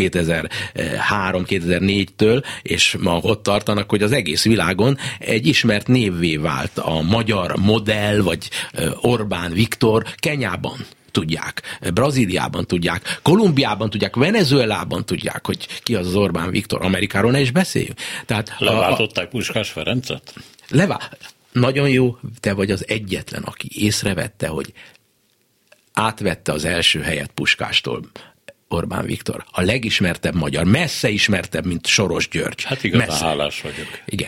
2003-2004-től, és ma ott tartanak, hogy az egész világon egy ismert névvé vált a magyar modell, vagy Orbán Viktor Kenyában. Tudják, Brazíliában tudják, Kolumbiában tudják, Venezuelában tudják, hogy ki az Orbán Viktor, Amerikáról ne is beszéljünk. Tehát leváltották Puskás Ferencet? Nagyon jó, te vagy az egyetlen, aki észrevette, hogy átvette az első helyet Puskástól Orbán Viktor. A legismertebb magyar, messze ismertebb, mint Soros György. Hát igazán hálás vagyok. Igen.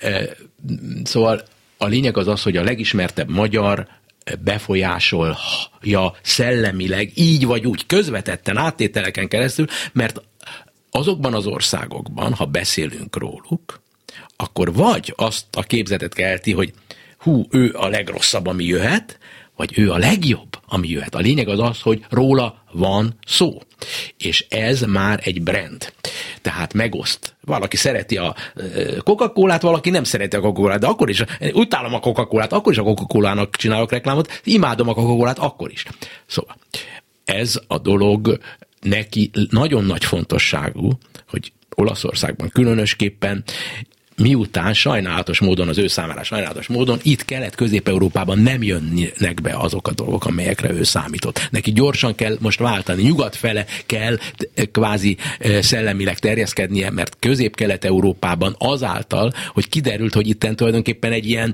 Szóval a lényeg az, hogy a legismertebb magyar befolyásolja szellemileg, így vagy úgy, közvetetten, áttételeken keresztül, mert azokban az országokban, ha beszélünk róluk, akkor vagy azt a képzetet kelti, hogy ő a legrosszabb, ami jöhet, vagy ő a legjobb, ami jöhet. A lényeg az, hogy róla van szó. És ez már egy brand. Tehát megoszt. Valaki szereti a Coca-Colát, valaki nem szereti a Coca-Colát, de akkor is utálom a Coca-Colát, akkor is a Coca-Colának csinálok reklámot, imádom a Coca-Colát, akkor is. Szóval ez a dolog neki nagyon nagy fontosságú, hogy Olaszországban különösképpen, miután sajnálatos módon, az ő számára sajnálatos módon, itt Kelet-Közép-Európában nem jönnek be azok a dolgok, amelyekre ő számított. Neki gyorsan kell most váltani, nyugat fele kell kvázi szellemileg terjeszkednie, mert Közép-Kelet-Európában azáltal, hogy kiderült, hogy itten tulajdonképpen egy ilyen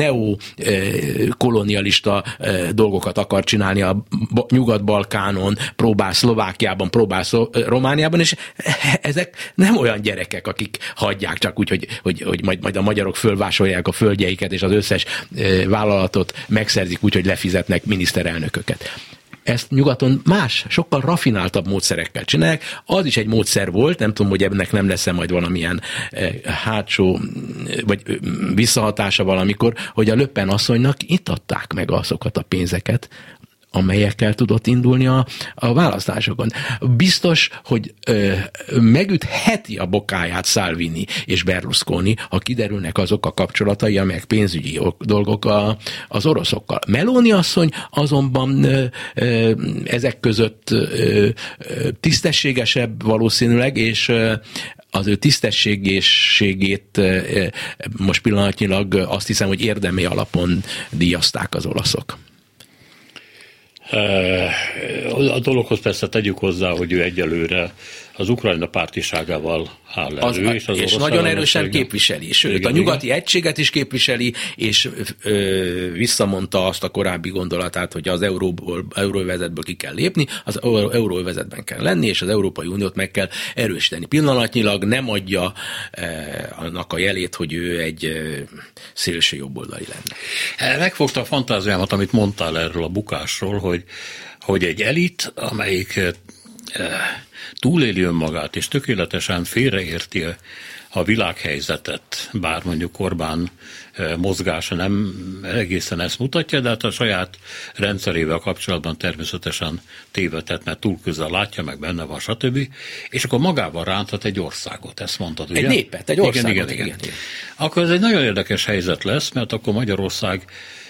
neokolonialista dolgokat akar csinálni a Nyugat-Balkánon, próbál Szlovákiában, próbál Romániában, és ezek nem olyan gyerekek, akik hagyják csak úgy, hogy majd a magyarok fölvásolják a földjeiket, és az összes vállalatot megszerzik úgy, hogy lefizetnek miniszterelnököket. Ezt nyugaton más, sokkal rafináltabb módszerekkel csinálják. Az is egy módszer volt, nem tudom, hogy ennek nem lesz majd valamilyen hátsó, vagy visszahatása valamikor, hogy a Le Pen asszonynak itt adták meg azokat a pénzeket, amelyekkel tudott indulni a választásokon. Biztos, hogy megütheti a bokáját Salvini és Berlusconi, ha kiderülnek azok a kapcsolatai, amelyek pénzügyi dolgok az oroszokkal. Meloni asszony azonban ezek között tisztességesebb valószínűleg, és az ő tisztességességét most pillanatnyilag azt hiszem, hogy érdemi alapon díjazták az olaszok. A dologhoz persze tegyük hozzá, hogy ő egyelőre az Ukrajna pártiságával áll elő, és nagyon erősen képviseli. Sőt, igen, a nyugati egységet is képviseli, és visszamondta azt a korábbi gondolatát, hogy az euróövezetből ki kell lépni, az euróövezetben kell lenni, és az Európai Uniót meg kell erősíteni. Pillanatnyilag nem adja annak a jelét, hogy ő egy szélső jobboldali lenne. Megfogta a fantáziámat, amit mondtál erről a bukásról, hogy egy elit, amelyik túléli önmagát, és tökéletesen félreérti a világhelyzetet, bár mondjuk Orbán mozgása nem egészen ezt mutatja, de hát a saját rendszerével kapcsolatban természetesen tévedhet, mert túl közel látja, meg benne van, stb. És akkor magával ránthat egy országot, ezt mondtad, ugye? Egy népet, egy országot. Igen. Akkor ez egy nagyon érdekes helyzet lesz, mert akkor Magyarország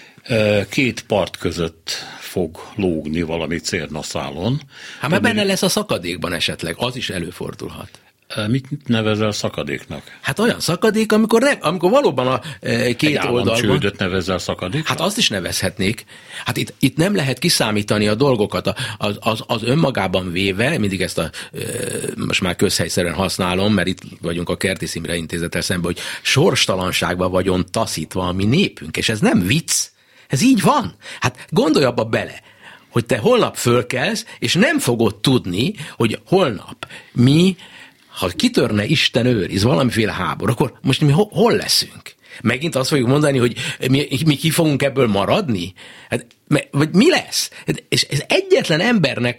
két part között fog lógni valami cérnaszálon. Hát mert benne lesz a szakadékban esetleg, az is előfordulhat. Mit nevezel szakadéknak? Hát olyan szakadék, amikor valóban a két oldalban... Államcsődöt nevezel szakadéknak? Hát azt is nevezhetnék. Hát itt nem lehet kiszámítani a dolgokat. Az önmagában véve, mindig ezt most már közhelyszerűen használom, mert itt vagyunk a Kertész Imre Intézettel szemben, hogy sorstalanságban vagyon taszítva a mi népünk, és ez nem vicc. Ez így van. Hát gondolj abba bele, hogy te holnap fölkelsz, és nem fogod tudni, hogy holnap ha kitörne Isten őriz valamiféle háború, akkor most mi hol leszünk? Megint azt fogjuk mondani, hogy mi ki fogunk ebből maradni? Hát, vagy mi lesz? És ez egyetlen embernek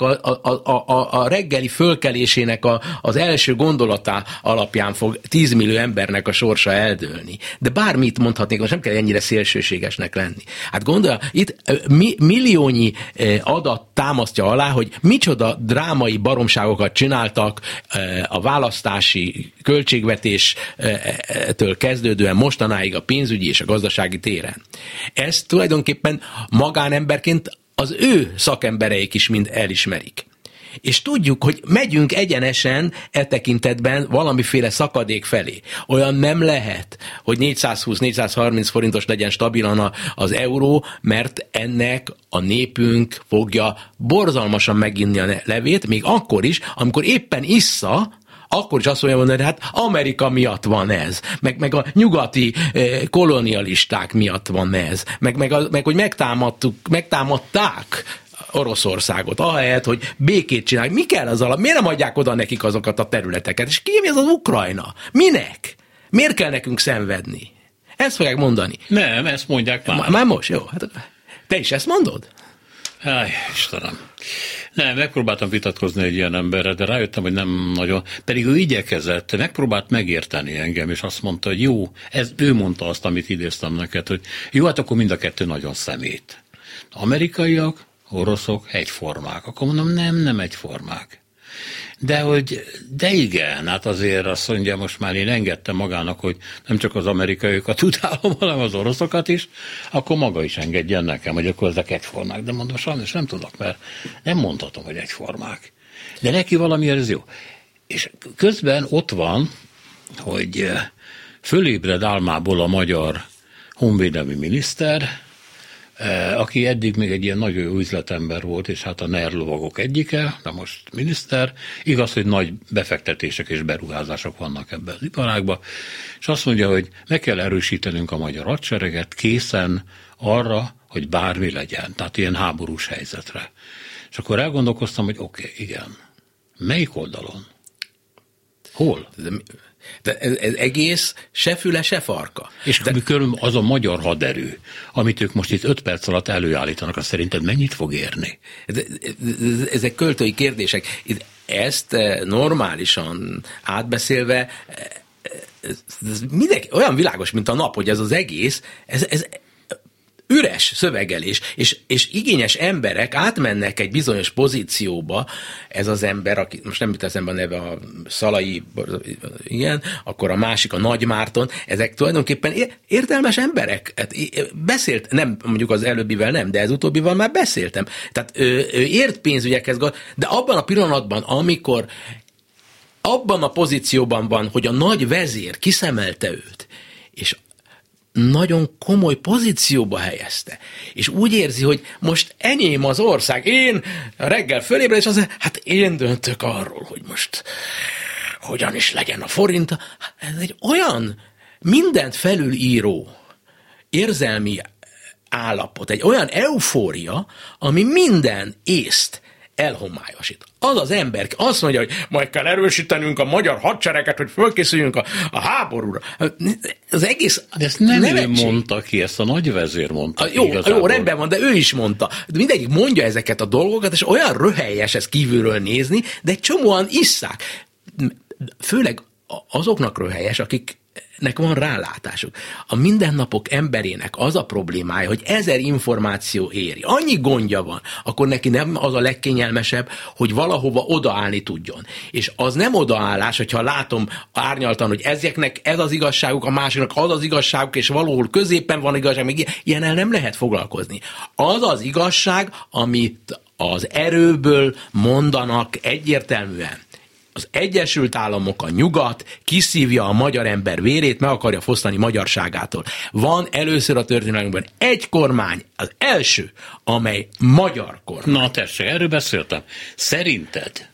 a reggeli fölkelésének az első gondolata alapján fog 10 millió embernek a sorsa eldőlni. De bármit mondhatnék, most nem kell ennyire szélsőségesnek lenni. Hát gondolja, itt milliónyi adat támasztja alá, hogy micsoda drámai baromságokat csináltak a választási költségvetéstől kezdődően mostanáig a pénzügyi és a gazdasági téren. Ez tulajdonképpen magánemberként az ő szakembereik is mind elismerik. És tudjuk, hogy megyünk egyenesen tekintetben valamiféle szakadék felé. Olyan nem lehet, hogy 420-430 forintos legyen stabilan az euró, mert ennek a népünk fogja borzalmasan meginni a levét, még akkor is, amikor éppen issza, akkor is azt mondja, hogy hát Amerika miatt van ez, meg a nyugati kolonialisták miatt van ez, meg hogy megtámadták Oroszországot, ahelyett, hogy békét csinálják. Mi kell az alap? Miért nem adják oda nekik azokat a területeket? És ki ez az Ukrajna? Minek? Miért kell nekünk szenvedni? Ezt fogják mondani. Nem, ezt mondják már. Már most? Jó. Hát te is ezt mondod? Istenem. Nem, megpróbáltam vitatkozni egy ilyen emberre, de rájöttem, hogy nem nagyon. Pedig ő igyekezett, megpróbált megérteni engem, és azt mondta, hogy jó, ő mondta azt, amit idéztem neked, hogy jó, hát akkor mind a kettő nagyon szemét. Amerikaiak, oroszok egyformák. Akkor mondom, nem egyformák. De igen, hát azért azt mondja, most már én engedtem magának, hogy nem csak az amerikaiakat utálom, hanem az oroszokat is, akkor maga is engedjen nekem, hogy akkor ezek egyformák. De mondom, sajnos nem tudok, mert nem mondhatom, hogy egyformák. De neki valamiért ez jó. És közben ott van, hogy fölébred álmából a magyar honvédelmi miniszter, aki eddig még egy ilyen nagyon jó üzletember volt, és hát a NER lovagok egyike, de most miniszter. Igaz, hogy nagy befektetések és beruházások vannak ebben az iparágban, és azt mondja, hogy meg kell erősítenünk a magyar hadsereget készen arra, hogy bármi legyen, tehát ilyen háborús helyzetre. És akkor elgondolkoztam, hogy oké, igen. Melyik oldalon? Hol? De ez egész se füle, se farka. És körül az a magyar haderő, amit ők most itt 5 perc alatt előállítanak, azt szerinted mennyit fog érni? Ezek költői kérdések. Ezt normálisan átbeszélve, ez mindenki olyan világos, mint a nap, hogy ez az egész, ez üres szövegelés, és igényes emberek átmennek egy bizonyos pozícióba, ez az ember, aki most nem jut eszembe a neve, a Szalai, igen, akkor a másik, a Nagy Márton, ezek tulajdonképpen értelmes emberek. Hát beszélt, nem mondjuk az előbbivel nem, de ez utóbbival már beszéltem. Tehát ő ért pénzügyekhez, de abban a pillanatban, amikor abban a pozícióban van, hogy a nagy vezér kiszemelte őt, és nagyon komoly pozícióba helyezte. És úgy érzi, hogy most enyém az ország, én reggel fölébred, és az, hát én döntök arról, hogy most hogyan is legyen a forint. Ez egy olyan mindent felülíró érzelmi állapot, egy olyan eufória, ami minden észt elhomályosít. Az az ember azt mondja, hogy majd kell erősítenünk a magyar hadsereget, hogy fölkészüljünk a háborúra. Az egész de ezt nem ő mondta ki, ezt a nagyvezér mondta. Jó, rendben van, de ő is mondta. De mindegyik mondja ezeket a dolgokat, és olyan röhelyes ezt kívülről nézni, de egy csomóan isszák. Főleg azoknak röhelyes, akiknek van rálátásuk. A mindennapok emberének az a problémája, hogy 1000 információ éri. Annyi gondja van, akkor neki nem az a legkényelmesebb, hogy valahova odaállni tudjon. És az nem odaállás, hogyha látom árnyaltan, hogy ezeknek ez az igazságuk, a másiknak az az igazságuk, és valahol középen van igazság, még ilyennel nem lehet foglalkozni. Az az igazság, amit az erőből mondanak egyértelműen. Az Egyesült Államok, a nyugat kiszívja a magyar ember vérét, meg akarja fosztani magyarságától. Van először a történelemben egy kormány, az első, amely magyar kormány. Na tessék, erről beszéltem. Szerinted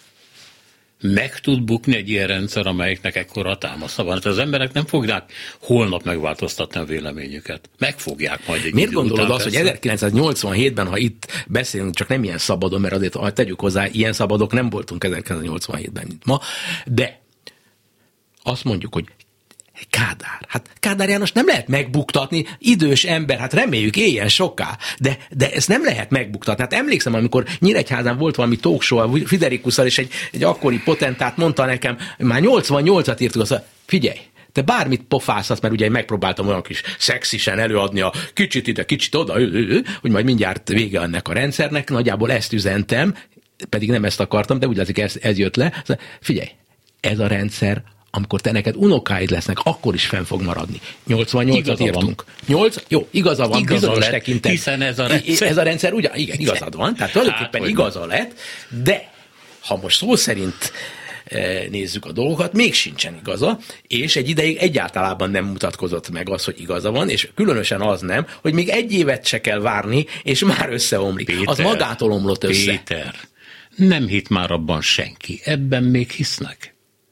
meg tud bukni egy ilyen rendszer, amelyiknek ekkora támasza van? Hát az emberek nem fogják holnap megváltoztatni a véleményüket. Megfogják majd egy Miért idő gondolod után, azt, hogy 1987-ben, ha itt beszélünk, csak nem ilyen szabadon, mert azért, ha tegyük hozzá, ilyen szabadok nem voltunk 1987-ben, mint ma, de azt mondjuk, hogy Kádár. Hát Kádár János nem lehet megbuktatni, idős ember, hát reméljük éljen soká, de ezt nem lehet megbuktatni. Hát emlékszem, amikor Nyíregyházán volt valami talk show a Fiderikusszal, és egy akkori potentát mondta nekem, már 88-at írtuk, azt mondja, figyelj, te bármit pofázhatsz, mert ugye megpróbáltam olyan kis szexisen előadni a kicsit ide, kicsit oda, hogy majd mindjárt vége ennek a rendszernek, nagyjából ezt üzentem, pedig nem ezt akartam, de úgy látszik, ez jött le. Figyelj, ez a rendszer, amikor te neked unokáid lesznek, akkor is fenn fog maradni. 88-at írtunk. 8, jó, igaza van, bizonyos tekintet. Hiszen ez a rendszer, ugye, igen, igazad van, tehát tulajdonképpen igaza lett, de ha most szó szerint nézzük a dolgokat, még sincsen igaza, és egy ideig egyáltalán nem mutatkozott meg az, hogy igaza van, és különösen az nem, hogy még egy évet se kell várni, és már összeomlik. Péter, az magától omlott össze. Péter, nem hitt már abban senki. Ebben még hisznek?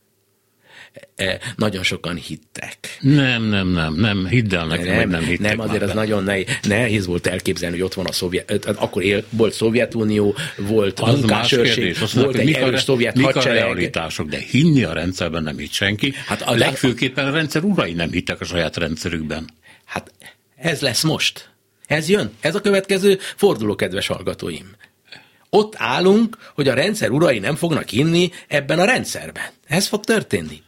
Nagyon sokan hittek. Nem, hidd el nekem, hogy nem hittek. Nem, azért az nagyon nehéz volt elképzelni, hogy ott van a szovjet, akkor volt Szovjetunió, volt az munkásőrség, volt egy erős szovjet hadsereg. Mik a realitások, de hinni a rendszerben nem hitt senki. Hát a legfőképpen a rendszer urai nem hittek a saját rendszerükben. Hát ez lesz most. Ez jön. Ez a következő forduló, kedves hallgatóim. Ott állunk, hogy a rendszer urai nem fognak hinni ebben a rendszerben. Ez fog történni.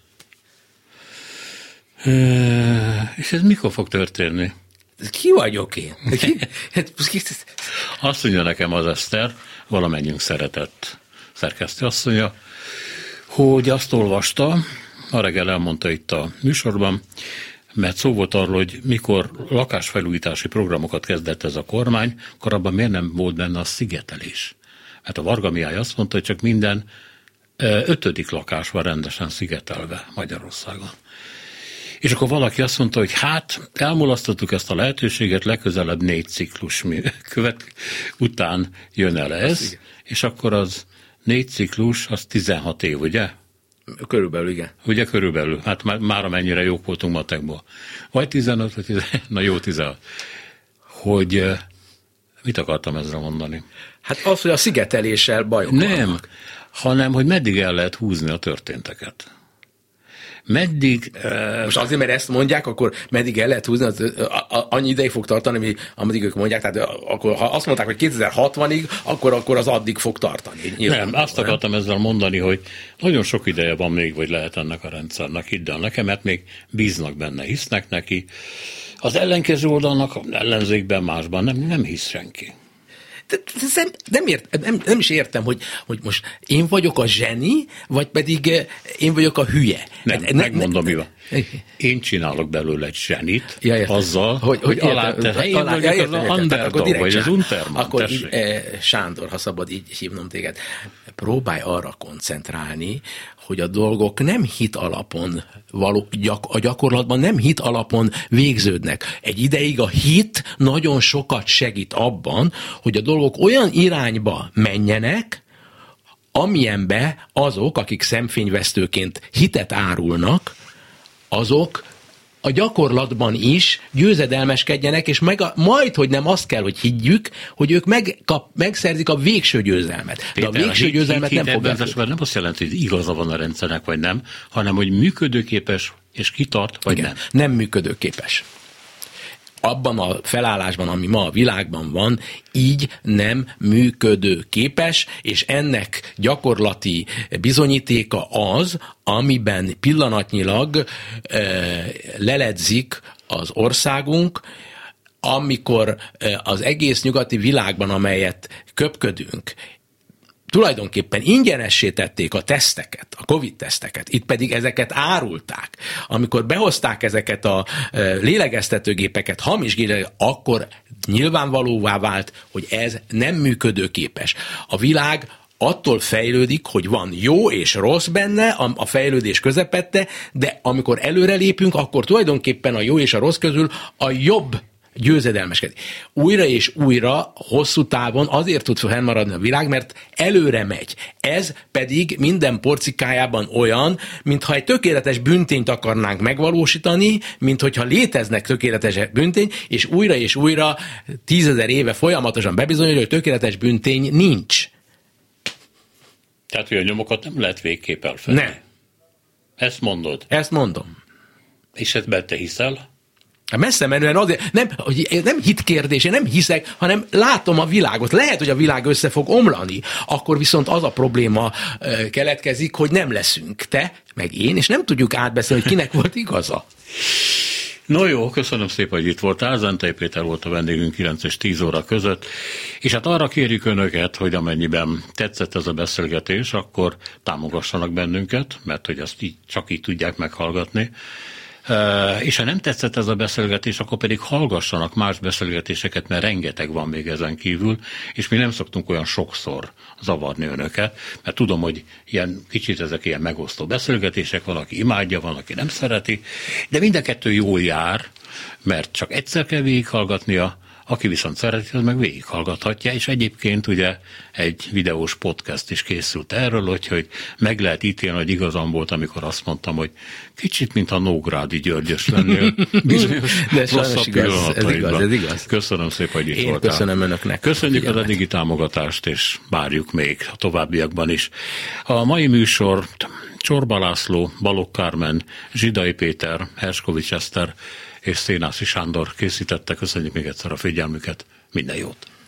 És ez mikor fog történni? Ki vagyok én? Azt mondja nekem az Eszter, valamennyünk szeretett szerkesztő asszonya, hogy azt olvasta, a reggel elmondta itt a műsorban, mert szó volt arról, hogy mikor lakásfelújítási programokat kezdett ez a kormány, akkor abban miért nem volt benne a szigetelés. Mert a Varga Mihály azt mondta, hogy csak minden 5. lakás van rendesen szigetelve Magyarországon. És akkor valaki azt mondta, hogy hát elmulasztottuk ezt a lehetőséget, legközelebb 4 ciklus után jön el ez, és akkor az 4 ciklus, az 16 év, ugye? Körülbelül, igen. Ugye körülbelül, hát már amennyire jók voltunk matekból. Vagy 15, vagy 15, na jó 16. Hogy mit akartam ezzel mondani? Hát az, hogy a szigeteléssel bajok nem, vannak. hanem, hogy meddig el lehet húzni a történteket. Meddig... Most azért, mert ezt mondják, akkor meddig el lehet húzni, annyi ideig fog tartani, ameddig ők mondják, tehát akkor, ha azt mondták, hogy 2060-ig, akkor az addig fog tartani. Nem, azt akartam ezzel mondani, hogy nagyon sok ideje van még, vagy lehet ennek a rendszernek, hidd el nekem, mert még bíznak benne, hisznek neki. Az ellenkező oldalnak, ellenzékben, másban nem hisz senki. Nem is értem, hogy most én vagyok a zseni, vagy pedig én vagyok a hülye. Megmondom, mi van. Én csinálok belőle egy zsenit, azzal, hogy alá te helyén vagyok az underdog, vagy az unterman. Akkor Sándor, ha szabad így hívnom téged. próbálj arra koncentrálni, hogy a dolgok nem hit alapon a gyakorlatban nem hit alapon végződnek. Egy ideig a hit nagyon sokat segít abban, hogy a dolgok olyan irányba menjenek, amilyenbe azok, akik szemfényvesztőként hitet árulnak, azok a gyakorlatban is győzedelmeskedjenek, és majd, hogy nem azt kell, hogy higgyük, hogy ők megszerzik a végső győzelmet. De Péter, a végső győzelmet nem fogják. Nem azt jelenti, hogy igaza van a rendszernek, vagy nem, hanem, hogy működőképes és kitart, vagy nem. Nem működőképes. Abban a felállásban, ami ma a világban van, így nem működőképes, és ennek gyakorlati bizonyítéka az, amiben pillanatnyilag leledzik az országunk, amikor az egész nyugati világban, amelyet köpködünk, tulajdonképpen ingyenessé tették a teszteket, a Covid-teszteket, itt pedig ezeket árulták. Amikor behozták ezeket a lélegeztetőgépeket, hamis gépeket, akkor nyilvánvalóvá vált, hogy ez nem működőképes. A világ attól fejlődik, hogy van jó és rossz benne, a fejlődés közepette, de amikor előrelépünk, akkor tulajdonképpen a jó és a rossz közül a jobb győzedelmeskedik. Újra és újra, hosszú távon azért tud fennmaradni a világ, mert előre megy. Ez pedig minden porcikájában olyan, mintha egy tökéletes büntényt akarnánk megvalósítani, minthogyha léteznek tökéletes büntény, és újra 10 000 éve folyamatosan bebizonyolja, hogy tökéletes büntény nincs. Tehát, hogy a nyomokat nem lehet végképp elfedni. Nem. Ezt mondod? Ezt mondom. És ebben te hiszel? Messze menően azért, nem hitkérdés, én nem hiszek, hanem látom a világot. Lehet, hogy a világ össze fog omlani, akkor viszont az a probléma keletkezik, hogy nem leszünk te, meg én, és nem tudjuk átbeszélni, hogy kinek volt igaza. No jó, köszönöm szépen, hogy itt voltál. Zentai Péter volt a vendégünk 9 és 10 óra között, és hát arra kérjük önöket, hogy amennyiben tetszett ez a beszélgetés, akkor támogassanak bennünket, mert hogy ezt csak így tudják meghallgatni. És ha nem tetszett ez a beszélgetés, akkor pedig hallgassanak más beszélgetéseket, mert rengeteg van még ezen kívül, és mi nem szoktunk olyan sokszor zavarni önöket, mert tudom, hogy kicsit ezek ilyen megosztó beszélgetések, van, aki imádja, van, aki nem szereti, de mind a kettő jól jár, mert csak egyszer kell végighallgatnia, aki viszont szereti, az meg végighallgathatja, és egyébként ugye egy videós podcast is készült erről, hogy meg lehet ítélni, hogy igazam volt, amikor azt mondtam, hogy kicsit, mintha Nógrádi Györgyös lennél, bizonyos rosszabb pillanataiban. Ez igaz. Köszönöm szépen, hogy itt voltál. Köszönöm önöknek. Köszönjük az eddigi támogatást, és várjuk még a továbbiakban is. A mai műsor Csorba László, Balogh Kármen, Zsidai Péter, Herskovics Eszter és Szénászi Sándor készítette. Köszönjük még egyszer a figyelmüket. Minden jót!